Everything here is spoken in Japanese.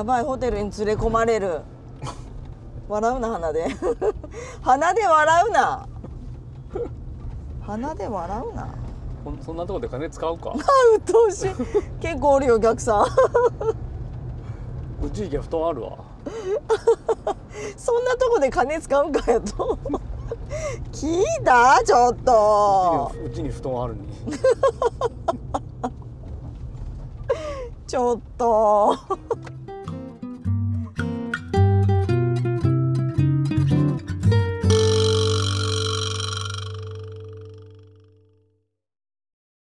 やばい、ホテルに連れ込まれる。笑うな、鼻で。鼻で笑うな。鼻で笑うな。 そんなとこで金使うか。 うっとうしい。結構おるよ、お客さん。 うち行け布団あるわ。 そんなとこで金使うんかやと。聞いた、ちょっと。 うちに布団あるに。 ちょっと。